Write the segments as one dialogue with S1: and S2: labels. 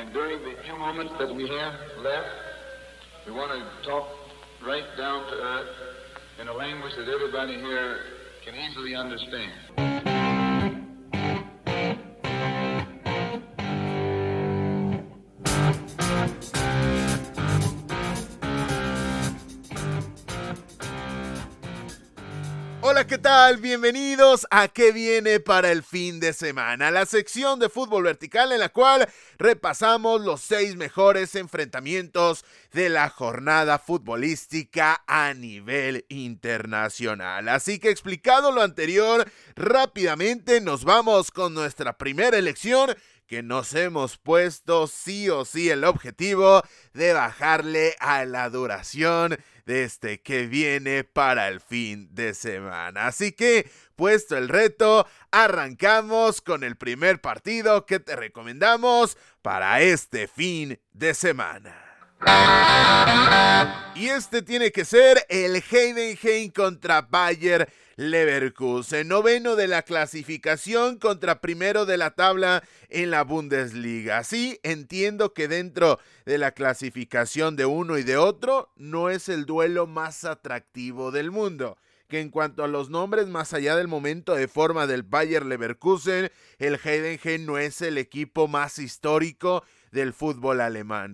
S1: And during the few moments that we have left, we want to talk right down to earth in a language that everybody here can easily understand.
S2: Hola, ¿qué tal? Bienvenidos a ¿Qué viene para el fin de semana? La sección de fútbol vertical en la cual repasamos los 6 mejores enfrentamientos de la jornada futbolística a nivel internacional. Así que explicado lo anterior, rápidamente nos vamos con nuestra primera elección, que nos hemos puesto sí o sí el objetivo de bajarle a la duración de este que viene para el fin de semana. Así que, puesto el reto, arrancamos con el primer partido que te recomendamos para este fin de semana. Y este tiene que ser el Heidenheim contra Bayer Leverkusen, noveno de la clasificación contra primero de la tabla en la Bundesliga. Sí, entiendo que dentro de la clasificación de uno y de otro no es el duelo más atractivo del mundo, que en cuanto a los nombres, más allá del momento de forma del Bayer Leverkusen, el Heidenheim no es el equipo más histórico del fútbol alemán.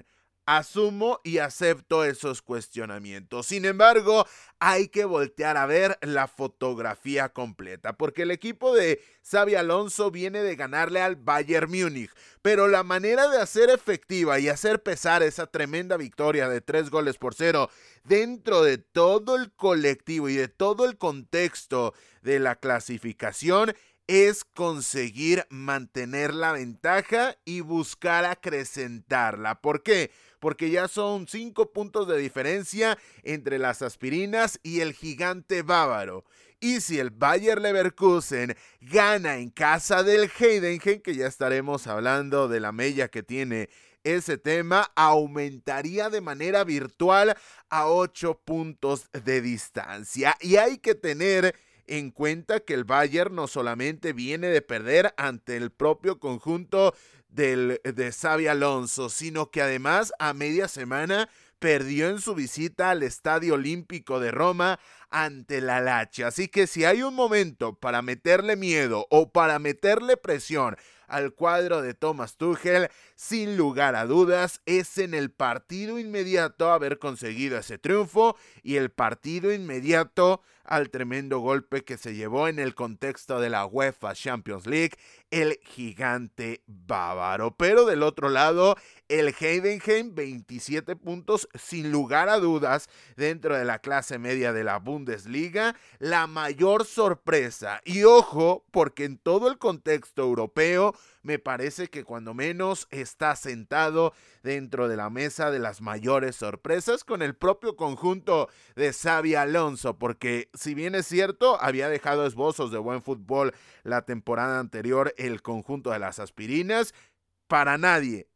S2: Asumo y acepto esos cuestionamientos. Sin embargo, hay que voltear a ver la fotografía completa, porque el equipo de Xabi Alonso viene de ganarle al Bayern Múnich, pero la manera de hacer efectiva y hacer pesar esa tremenda victoria de 3-0 dentro de todo el colectivo y de todo el contexto de la clasificación es conseguir mantener la ventaja y buscar acrecentarla. ¿Por qué? Porque ya son 5 puntos de diferencia entre las aspirinas y el gigante bávaro. Y si el Bayer Leverkusen gana en casa del Heidenheim, que ya estaremos hablando de la mella que tiene ese tema, aumentaría de manera virtual a 8 puntos de distancia. Y hay que tener en cuenta que el Bayern no solamente viene de perder ante el propio conjunto de Xabi Alonso, sino que además a media semana perdió en su visita al Estadio Olímpico de Roma ante la Lazio. Así que si hay un momento para meterle miedo o para meterle presión al cuadro de Thomas Tuchel, sin lugar a dudas, es en el partido inmediato haber conseguido ese triunfo y el partido inmediato al tremendo golpe que se llevó en el contexto de la UEFA Champions League el gigante bávaro. Pero del otro lado, el Heidenheim, 27 puntos sin lugar a dudas dentro de la clase media de la Bundesliga, la mayor sorpresa. Y ojo, porque en todo el contexto europeo me parece que cuando menos está sentado dentro de la mesa de las mayores sorpresas con el propio conjunto de Xabi Alonso, porque si bien es cierto, había dejado esbozos de buen fútbol la temporada anterior el conjunto de las aspirinas, para nadie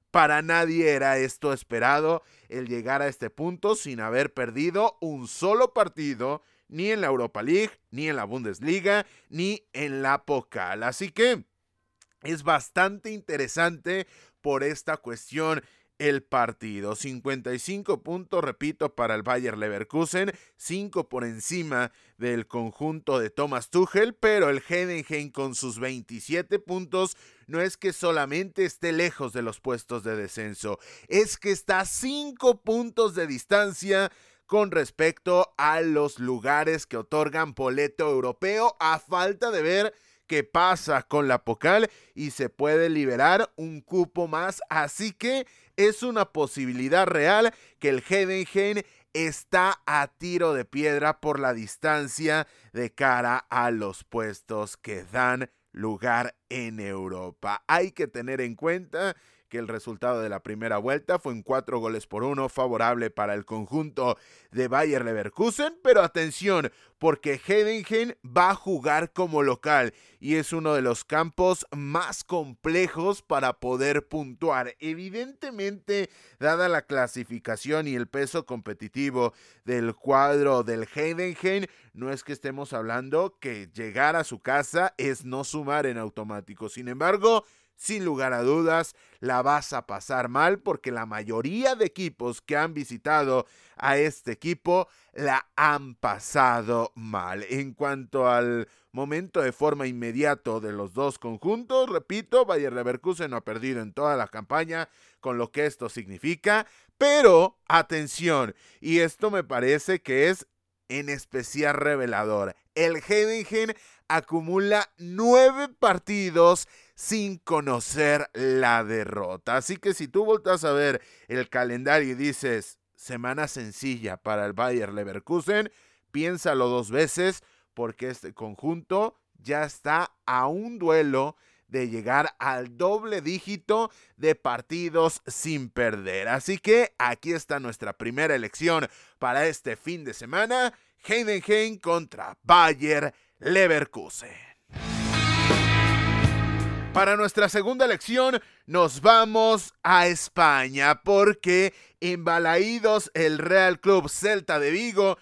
S2: era esto esperado, el llegar a este punto sin haber perdido un solo partido, ni en la Europa League, ni en la Bundesliga, ni en la Pokal. Así que es bastante interesante por esta cuestión el partido. 55 puntos, repito, para el Bayer Leverkusen, 5 por encima del conjunto de Thomas Tuchel, pero el Heidenheim con sus 27 puntos no es que solamente esté lejos de los puestos de descenso, es que está a 5 puntos de distancia con respecto a los lugares que otorgan boleto europeo, a falta de ver qué pasa con la Pokal y se puede liberar un cupo más. Así que es una posibilidad real que el Heidenheim está a tiro de piedra por la distancia de cara a los puestos que dan lugar en Europa. Hay que tener en cuenta que el resultado de la primera vuelta fue en 4-1 favorable para el conjunto de Bayer Leverkusen, pero atención, porque Heidenheim va a jugar como local y es uno de los campos más complejos para poder puntuar. Evidentemente, dada la clasificación y el peso competitivo del cuadro del Heidenheim, no es que estemos hablando que llegar a su casa es no sumar en automático. Sin embargo, sin lugar a dudas, la vas a pasar mal porque la mayoría de equipos que han visitado a este equipo la han pasado mal. En cuanto al momento de forma inmediato de los dos conjuntos, repito, Bayer Leverkusen no ha perdido en toda la campaña, con lo que esto significa, pero atención, y esto me parece que es en especial revelador. El Heidenheim acumula 9 partidos sin conocer la derrota. Así que si tú voltas a ver el calendario y dices, semana sencilla para el Bayer Leverkusen, piénsalo 2 veces porque este conjunto ya está a un duelo de llegar al doble dígito de partidos sin perder. Así que aquí está nuestra primera elección para este fin de semana: Heidenheim contra Bayer Leverkusen. Para nuestra segunda elección nos vamos a España porque embalaídos el Real Club Celta de Vigo,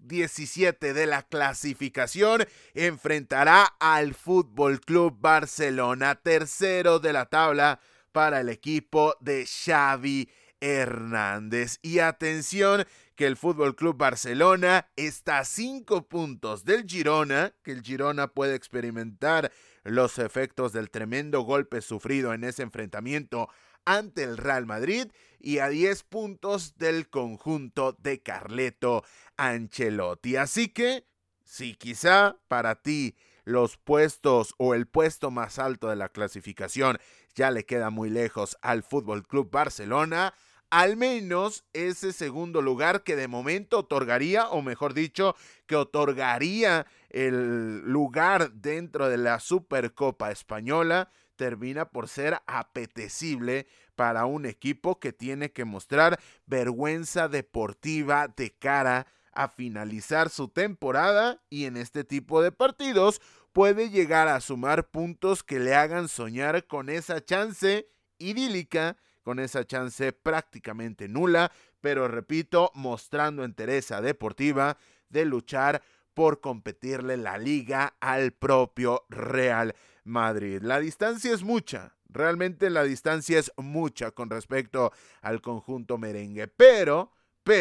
S2: 17 de la clasificación, enfrentará al Fútbol Club Barcelona, tercero de la tabla para el equipo de Xavi Hernández. Y atención, que el Fútbol Club Barcelona está a 5 puntos del Girona, que el Girona puede experimentar los efectos del tremendo golpe sufrido en ese enfrentamiento ante el Real Madrid, y a 10 puntos del conjunto de Carleto Ancelotti. Así que, si quizá para ti los puestos o el puesto más alto de la clasificación ya le queda muy lejos al Fútbol Club Barcelona, al menos ese segundo lugar que de momento otorgaría, o mejor dicho, que otorgaría el lugar dentro de la Supercopa Española, termina por ser apetecible para un equipo que tiene que mostrar vergüenza deportiva de cara a finalizar su temporada, y en este tipo de partidos puede llegar a sumar puntos que le hagan soñar con esa chance idílica, con esa chance prácticamente nula, pero repito, mostrando entereza deportiva de luchar por competirle la liga al propio Real Madrid. La distancia es mucha, realmente la distancia es mucha con respecto al conjunto merengue, pero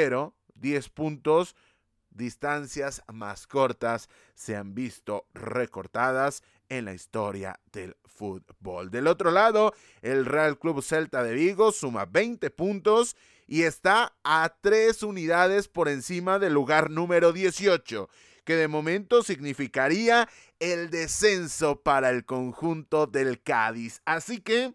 S2: 10 puntos, distancias más cortas se han visto recortadas en la historia del fútbol. Del otro lado, el Real Club Celta de Vigo suma 20 puntos y está a 3 unidades por encima del lugar número 18, que de momento significaría el descenso para el conjunto del Cádiz. Así que,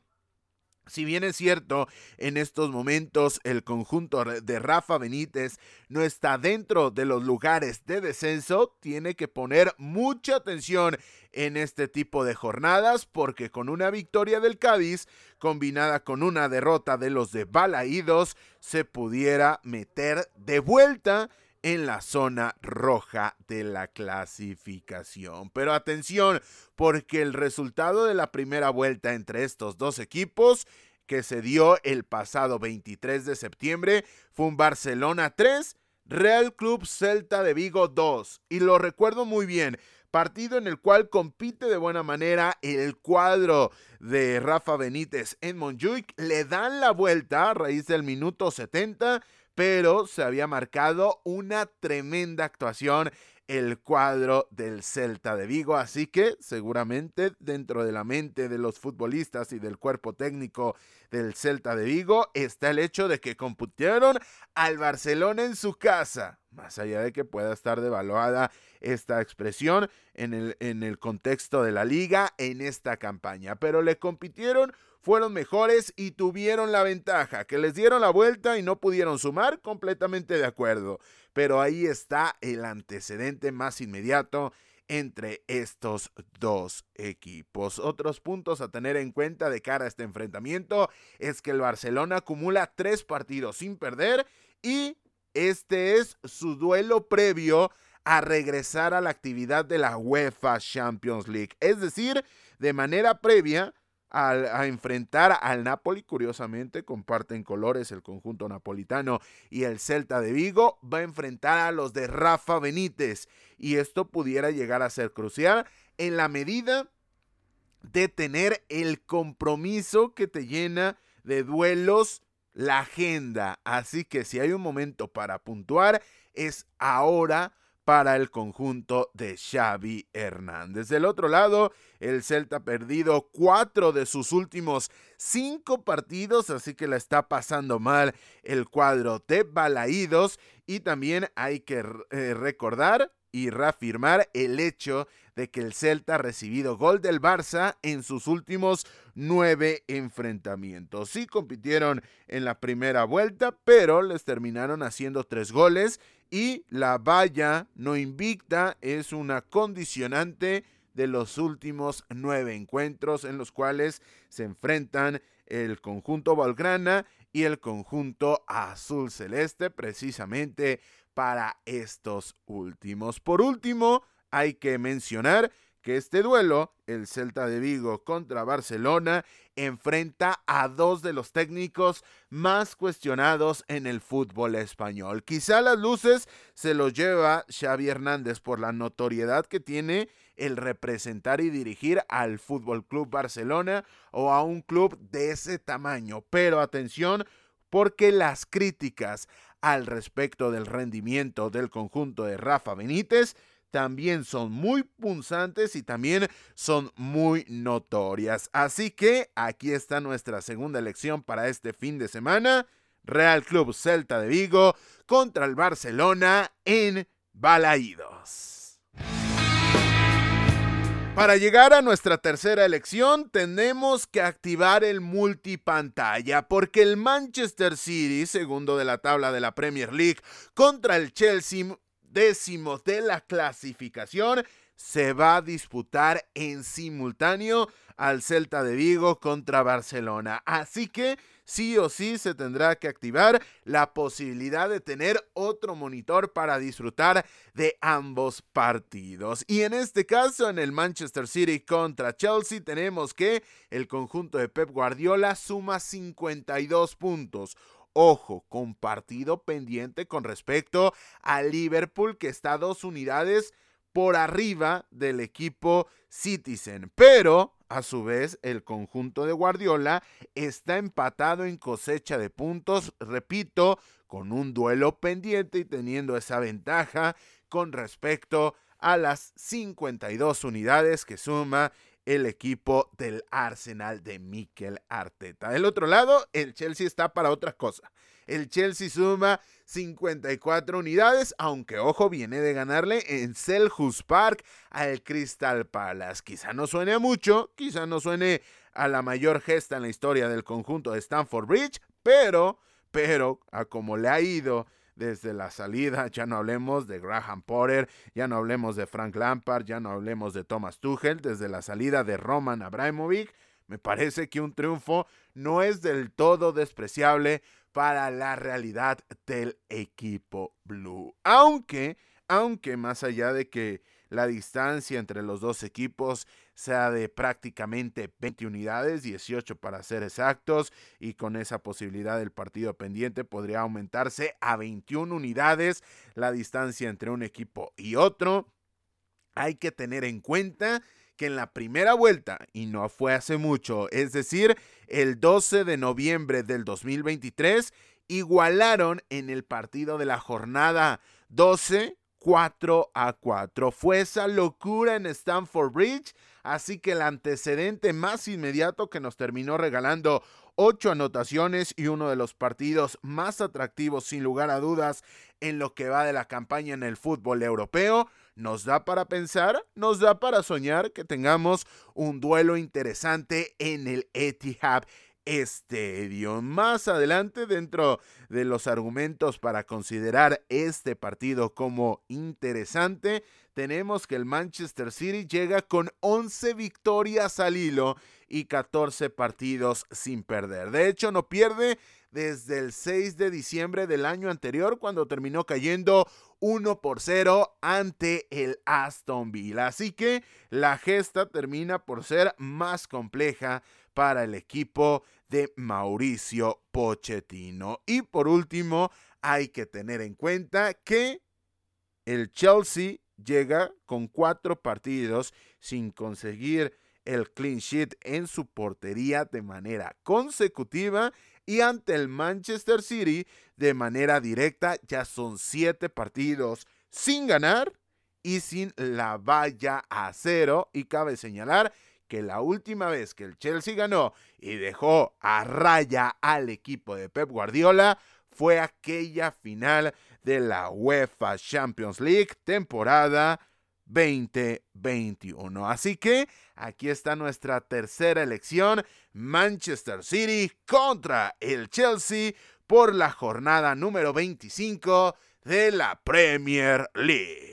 S2: si bien es cierto, en estos momentos el conjunto de Rafa Benítez no está dentro de los lugares de descenso, tiene que poner mucha atención en este tipo de jornadas, porque con una victoria del Cádiz, combinada con una derrota de los de Balaídos, se pudiera meter de vuelta en la zona roja de la clasificación. Pero atención, porque el resultado de la primera vuelta entre estos dos equipos, que se dio el pasado 23 de septiembre, fue un Barcelona 3, Real Club Celta de Vigo 2. Y lo recuerdo muy bien, partido en el cual compite de buena manera el cuadro de Rafa Benítez en Montjuic. Le dan la vuelta a raíz del minuto 70, pero se había marcado una tremenda actuación el cuadro del Celta de Vigo, así que seguramente dentro de la mente de los futbolistas y del cuerpo técnico del Celta de Vigo está el hecho de que compitieron al Barcelona en su casa, más allá de que pueda estar devaluada esta expresión en el contexto de la liga en esta campaña, pero le compitieron, fueron mejores y tuvieron la ventaja. Que les dieron la vuelta y no pudieron sumar, completamente de acuerdo. Pero ahí está el antecedente más inmediato entre estos dos equipos. Otros puntos a tener en cuenta de cara a este enfrentamiento es que el Barcelona acumula 3 partidos sin perder y este es su duelo previo a regresar a la actividad de la UEFA Champions League. Es decir, de manera previa a enfrentar al Napoli. Curiosamente comparten colores el conjunto napolitano y el Celta de Vigo, va a enfrentar a los de Rafa Benítez, y esto pudiera llegar a ser crucial en la medida de tener el compromiso que te llena de duelos la agenda. Así que si hay un momento para puntuar, es ahora para el conjunto de Xavi Hernández. Del otro lado, el Celta ha perdido 4 de sus últimos 5 partidos, así que la está pasando mal el cuadro de Balaídos. Y también hay que recordar y reafirmar el hecho de que el Celta ha recibido gol del Barça en sus últimos 9 enfrentamientos. Sí compitieron en la primera vuelta, pero les terminaron haciendo 3 goles y la valla no invicta es una condicionante de los últimos 9 encuentros en los cuales se enfrentan el conjunto blaugrana y el conjunto azul celeste, precisamente para estos últimos. Por último, hay que mencionar que este duelo, el Celta de Vigo contra Barcelona, enfrenta a 2 de los técnicos más cuestionados en el fútbol español. Quizá las luces se los lleva Xavi Hernández por la notoriedad que tiene el representar y dirigir al Fútbol Club Barcelona o a un club de ese tamaño. Pero atención, porque las críticas al respecto del rendimiento del conjunto de Rafa Benítez también son muy punzantes y también son muy notorias. Así que aquí está nuestra segunda elección para este fin de semana. Real Club Celta de Vigo contra el Barcelona en Balaídos. Para llegar a nuestra tercera elección, tenemos que activar el multipantalla, porque el Manchester City, segundo de la tabla de la Premier League, contra el Chelsea, décimo de la clasificación, se va a disputar en simultáneo al Celta de Vigo contra Barcelona. Así que sí o sí se tendrá que activar la posibilidad de tener otro monitor para disfrutar de ambos partidos. Y en este caso, en el Manchester City contra Chelsea, tenemos que el conjunto de Pep Guardiola suma 52 puntos. Ojo, con partido pendiente con respecto a Liverpool, que está 2 unidades por arriba del equipo Citizen. Pero, a su vez, el conjunto de Guardiola está empatado en cosecha de puntos, repito, con un duelo pendiente y teniendo esa ventaja con respecto a las 52 unidades que suma el equipo del Arsenal de Mikel Arteta. Del otro lado, el Chelsea está para otra cosa. El Chelsea suma 54 unidades, aunque ojo, viene de ganarle en Selhurst Park al Crystal Palace. Quizá no suene a mucho, quizá no suene a la mayor gesta en la historia del conjunto de Stamford Bridge, pero a como le ha ido desde la salida, ya no hablemos de Graham Potter, ya no hablemos de Frank Lampard, ya no hablemos de Thomas Tuchel, desde la salida de Roman Abramovich, me parece que un triunfo no es del todo despreciable para la realidad del equipo blue. Aunque más allá de que la distancia entre los dos equipos sea de prácticamente 20 unidades, 18 para ser exactos, y con esa posibilidad del partido pendiente podría aumentarse a 21 unidades la distancia entre un equipo y otro. Hay que tener en cuenta que en la primera vuelta, y no fue hace mucho, es decir, el 12 de noviembre del 2023, igualaron en el partido de la jornada 12 4-4. Fue esa locura en Stamford Bridge, así que el antecedente más inmediato que nos terminó regalando 8 anotaciones y uno de los partidos más atractivos sin lugar a dudas en lo que va de la campaña en el fútbol europeo, nos da para pensar, nos da para soñar que tengamos un duelo interesante en el Etihad Stadium. Más adelante, dentro de los argumentos para considerar este partido como interesante, tenemos que el Manchester City llega con 11 victorias al hilo y 14 partidos sin perder. De hecho, no pierde desde el 6 de diciembre del año anterior, cuando terminó cayendo 1-0 ante el Aston Villa. Así que la gesta termina por ser más compleja para el equipo de Mauricio Pochettino. Y por último, hay que tener en cuenta que el Chelsea llega con 4 partidos sin conseguir el clean sheet en su portería de manera consecutiva, y ante el Manchester City de manera directa. Ya son 7 partidos sin ganar y sin la valla a cero, y cabe señalar que la última vez que el Chelsea ganó y dejó a raya al equipo de Pep Guardiola fue aquella final de la UEFA Champions League temporada 2021. Así que aquí está nuestra tercera elección: Manchester City contra el Chelsea por la jornada número 25 de la Premier League.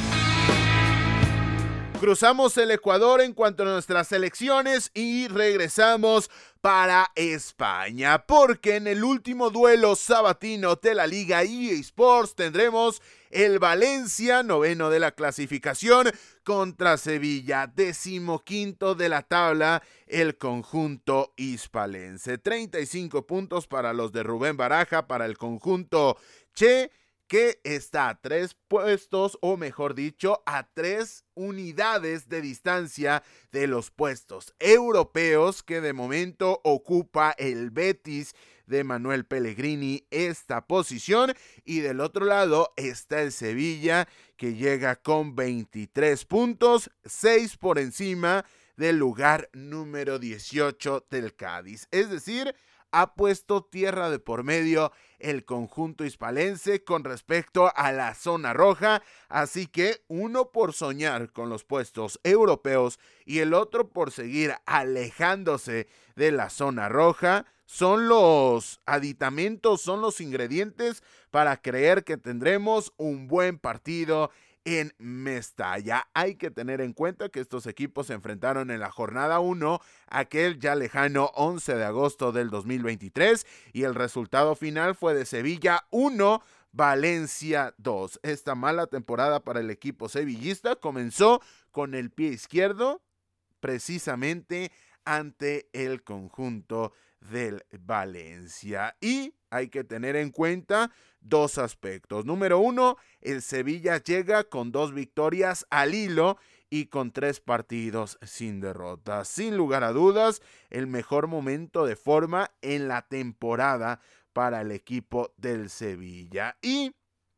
S2: Cruzamos el Ecuador en cuanto a nuestras selecciones y regresamos para España, porque en el último duelo sabatino de la Liga EA Sports tendremos el Valencia, 9º de la clasificación, contra Sevilla, 15º de la tabla, el conjunto hispalense. 35 puntos para los de Rubén Baraja, para el conjunto Che, que está a 3 puestos, o mejor dicho, a 3 unidades de distancia de los puestos europeos que de momento ocupa el Betis de Manuel Pellegrini esta posición, y del otro lado está el Sevilla, que llega con 23 puntos, 6 por encima del lugar número 18 del Cádiz. Es decir, ha puesto tierra de por medio el conjunto hispalense con respecto a la zona roja, así que uno por soñar con los puestos europeos y el otro por seguir alejándose de la zona roja son los aditamentos, son los ingredientes para creer que tendremos un buen partido en Mestalla. Hay que tener en cuenta que estos equipos se enfrentaron en la jornada 1, aquel ya lejano 11 de agosto del 2023, y el resultado final fue de Sevilla 1, Valencia 2. Esta mala temporada para el equipo sevillista comenzó con el pie izquierdo, precisamente ante el conjunto del Valencia. Y hay que tener en cuenta 2 aspectos. Número 1, el Sevilla llega con 2 victorias al hilo y con 3 partidos sin derrota. Sin lugar a dudas, el mejor momento de forma en la temporada para el equipo del Sevilla. Y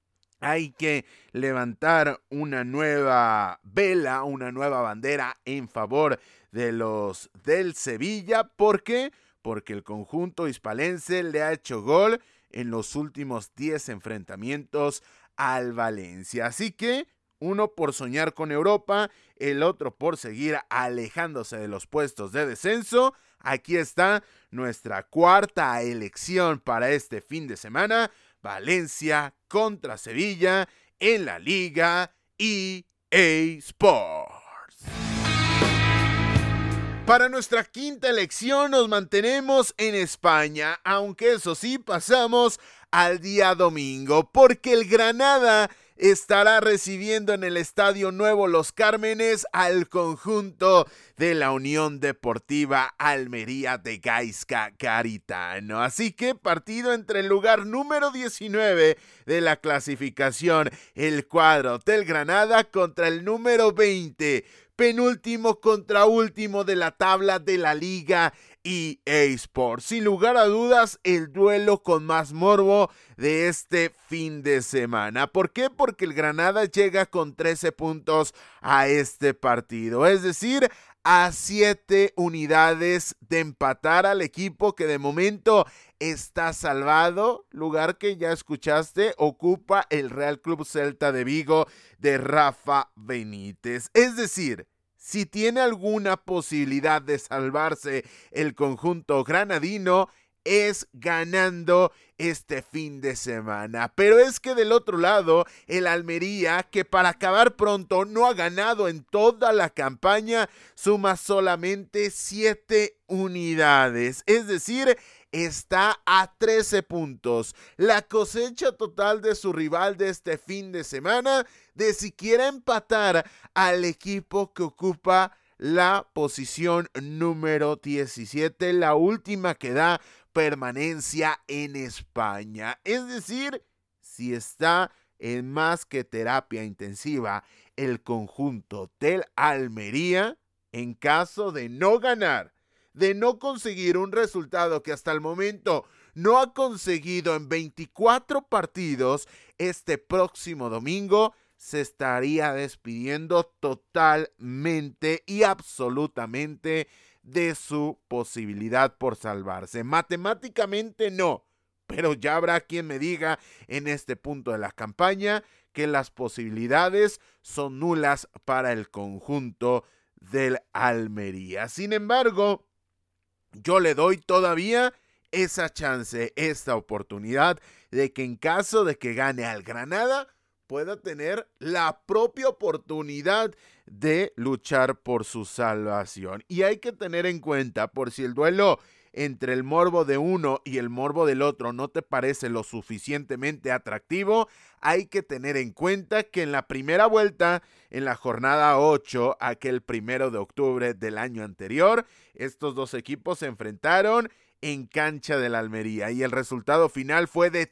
S2: hay que levantar una nueva vela, una nueva bandera en favor de los del Sevilla. ¿Por qué? Porque el conjunto hispalense le ha hecho gol en los últimos 10 enfrentamientos al Valencia. Así que uno por soñar con Europa, el otro por seguir alejándose de los puestos de descenso. Aquí está nuestra cuarta elección para este fin de semana: Valencia contra Sevilla en la Liga EA Sports. Para nuestra quinta elección nos mantenemos en España, aunque eso sí, pasamos al día domingo, porque el Granada estará recibiendo en el Estadio Nuevo Los Cármenes al conjunto de la Unión Deportiva Almería de Gaizka Garitano. Así que partido entre el lugar número 19 de la clasificación, el cuadro del Granada, contra el número 20, penúltimo contra último de la tabla de la Liga EA Sports. Sin lugar a dudas, el duelo con más morbo de este fin de semana. ¿Por qué? Porque el Granada llega con 13 puntos a este partido, es decir, a 7 unidades de empatar al equipo que de momento está salvado, lugar que ya escuchaste, ocupa el Real Club Celta de Vigo de Rafa Benítez. Es decir, si tiene alguna posibilidad de salvarse el conjunto granadino, es ganando este fin de semana. Pero es que del otro lado, el Almería, que para acabar pronto no ha ganado en toda la campaña, suma solamente 7 unidades. Es decir, está a 13 puntos. La cosecha total de su rival de este fin de semana, de siquiera empatar al equipo que ocupa la posición número 17, la última que da permanencia en España. Es decir, si está en más que terapia intensiva el conjunto del Almería, en caso de no ganar, de no conseguir un resultado que hasta el momento no ha conseguido en 24 partidos, este próximo domingo se estaría despidiendo totalmente y absolutamente de su posibilidad por salvarse. Matemáticamente no, pero ya habrá quien me diga en este punto de la campaña que las posibilidades son nulas para el conjunto del Almería. Sin embargo, yo le doy todavía esa chance, esta oportunidad de que en caso de que gane al Granada, pueda tener la propia oportunidad de luchar por su salvación. Y hay que tener en cuenta, por si el duelo entre el morbo de uno y el morbo del otro no te parece lo suficientemente atractivo, hay que tener en cuenta que en la primera vuelta, en la jornada 8, aquel 1 de octubre del año anterior, estos dos equipos se enfrentaron en cancha de la Almería y el resultado final fue de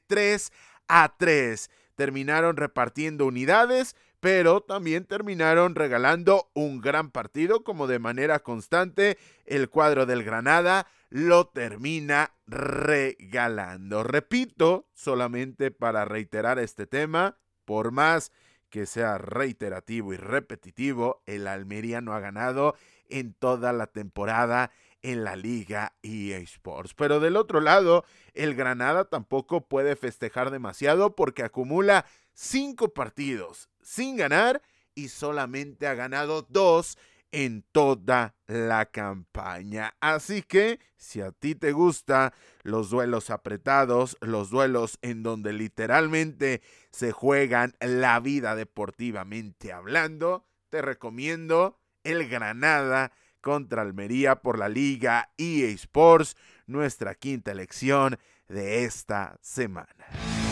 S2: 3-3. Terminaron repartiendo unidades, pero también terminaron regalando un gran partido, como de manera constante el cuadro del Granada lo termina regalando. Repito, solamente para reiterar este tema, por más que sea reiterativo y repetitivo, el Almería no ha ganado en toda la temporada en la Liga EA Sports. Pero del otro lado, el Granada tampoco puede festejar demasiado porque acumula 5 partidos sin ganar y solamente ha ganado 2 en toda la campaña. Así que, si a ti te gustan los duelos apretados, los duelos en donde literalmente se juegan la vida deportivamente hablando, te recomiendo el Granada contra Almería por la Liga EA Sports, nuestra quinta elección de esta semana.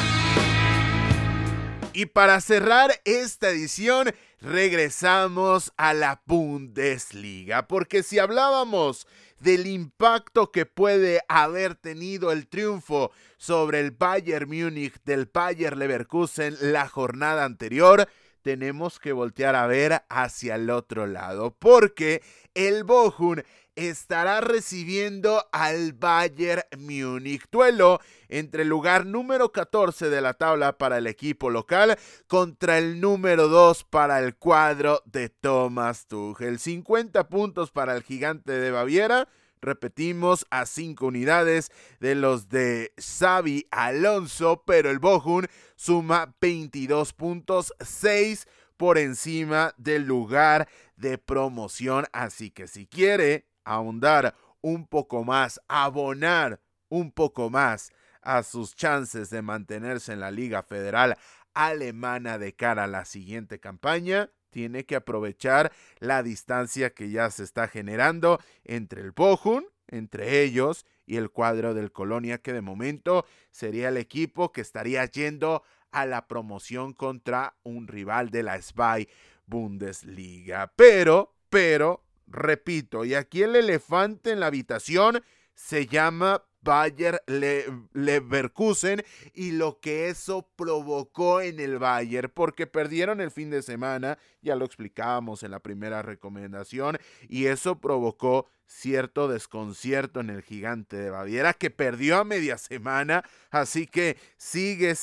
S2: Y para cerrar esta edición, regresamos a la Bundesliga, porque si hablábamos del impacto que puede haber tenido el triunfo sobre el Bayern Múnich del Bayer Leverkusen la jornada anterior, tenemos que voltear a ver hacia el otro lado, porque el Bochum estará recibiendo al Bayern Múnich. Duelo entre el lugar número 14 de la tabla para el equipo local contra el número 2 para el cuadro de Thomas Tuchel. 50 puntos para el gigante de Baviera. Repetimos, a 5 unidades de los de Xabi Alonso, pero el Bochum suma 22 puntos, 6 por encima del lugar de promoción. Así que si quiere ahondar un poco más, abonar un poco más a sus chances de mantenerse en la Liga Federal Alemana de cara a la siguiente campaña, tiene que aprovechar la distancia que ya se está generando entre el Bochum, entre ellos, y el cuadro del Colonia, que de momento sería el equipo que estaría yendo a la promoción contra un rival de la SBAI Bundesliga. Pero, repito, y aquí el elefante en la habitación se llama Bayer Leverkusen y lo que eso provocó en el Bayern, porque perdieron el fin de semana, ya lo explicábamos en la primera recomendación, y eso provocó cierto desconcierto en el gigante de Baviera, que perdió a media semana, así que sigue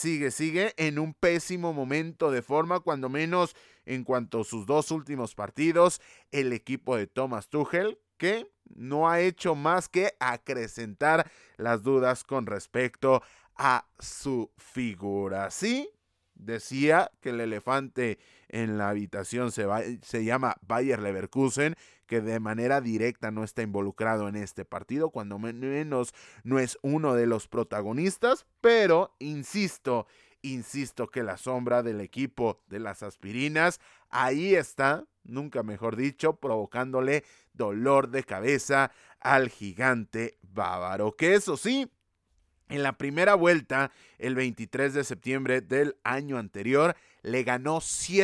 S2: en un pésimo momento de forma, cuando menos en cuanto a sus 2 últimos partidos, el equipo de Thomas Tuchel, que no ha hecho más que acrecentar las dudas con respecto a su figura. Sí, decía que el elefante en la habitación se llama Bayer Leverkusen, que de manera directa no está involucrado en este partido, cuando menos no es uno de los protagonistas, pero insisto que la sombra del equipo de las aspirinas ahí está, nunca mejor dicho, provocándole dolor de cabeza al gigante bávaro, que eso sí, en la primera vuelta, el 23 de septiembre del año anterior, le ganó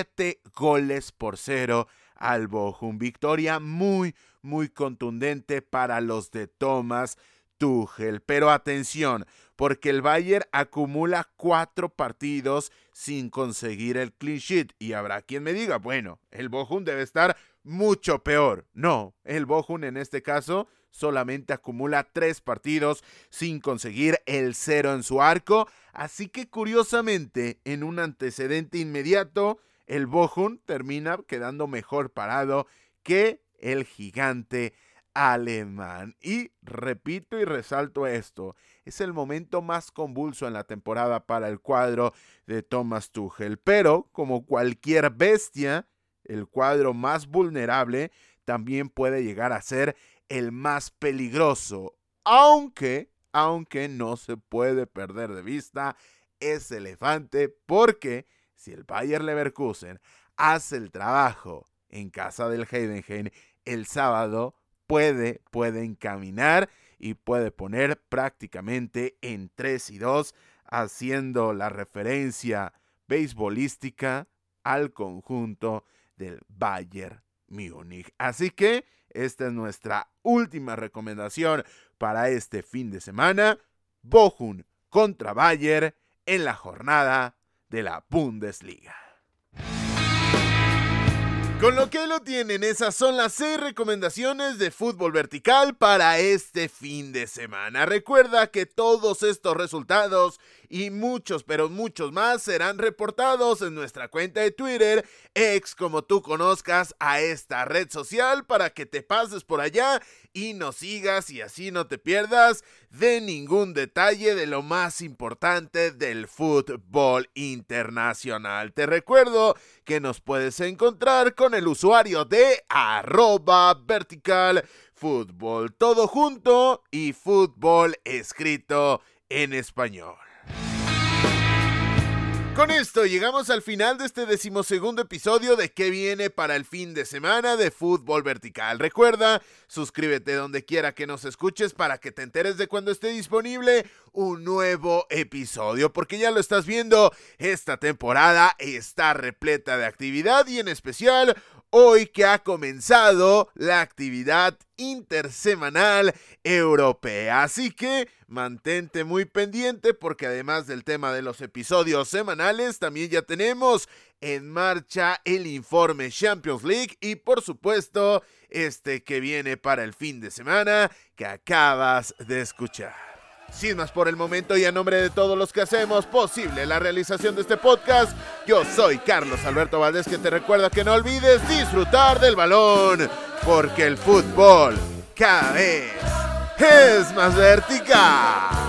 S2: 7-0 al Bochum. Victoria muy contundente para los de Thomas Tuchel. Pero atención, porque el Bayern acumula 4 partidos sin conseguir el clean sheet. Y habrá quien me diga, bueno, el Bochum debe estar mucho peor. No, el Bochum en este caso solamente acumula 3 partidos sin conseguir el 0 en su arco, así que curiosamente, en un antecedente inmediato, el Bochum termina quedando mejor parado que el gigante alemán. Y repito y resalto esto, es el momento más convulso en la temporada para el cuadro de Thomas Tuchel, pero como cualquier bestia, el cuadro más vulnerable también puede llegar a ser el más peligroso, aunque no se puede perder de vista ese elefante, porque si el Bayer Leverkusen hace el trabajo en casa del Heidenheim el sábado, puede encaminar y puede poner prácticamente en 3-2, haciendo la referencia beisbolística al conjunto del Bayern Múnich. Así que esta es nuestra última recomendación para este fin de semana: Bochum contra Bayern en la jornada de la Bundesliga. Con lo que lo tienen, esas son las 6 recomendaciones de fútbol vertical para este fin de semana. Recuerda que todos estos resultados y muchos, pero muchos más serán reportados en nuestra cuenta de Twitter, ex como tú conozcas a esta red social, para que te pases por allá y nos sigas y así no te pierdas de ningún detalle de lo más importante del fútbol internacional. Te recuerdo que nos puedes encontrar con el usuario de @verticalfútbol, todo junto y fútbol escrito en español. Con esto llegamos al final de este 12º episodio de ¿Qué viene para el fin de semana de Fútbol Vertical? Recuerda, suscríbete donde quiera que nos escuches para que te enteres de cuando esté disponible un nuevo episodio, porque ya lo estás viendo, esta temporada está repleta de actividad y en especial hoy que ha comenzado la actividad intersemanal europea. Así que mantente muy pendiente, porque además del tema de los episodios semanales, también ya tenemos en marcha el informe Champions League y por supuesto que viene para el fin de semana que acabas de escuchar. Sin más por el momento y a nombre de todos los que hacemos posible la realización de este podcast, yo soy Carlos Alberto Valdés, que te recuerda que no olvides disfrutar del balón, porque el fútbol cada vez es más vertical.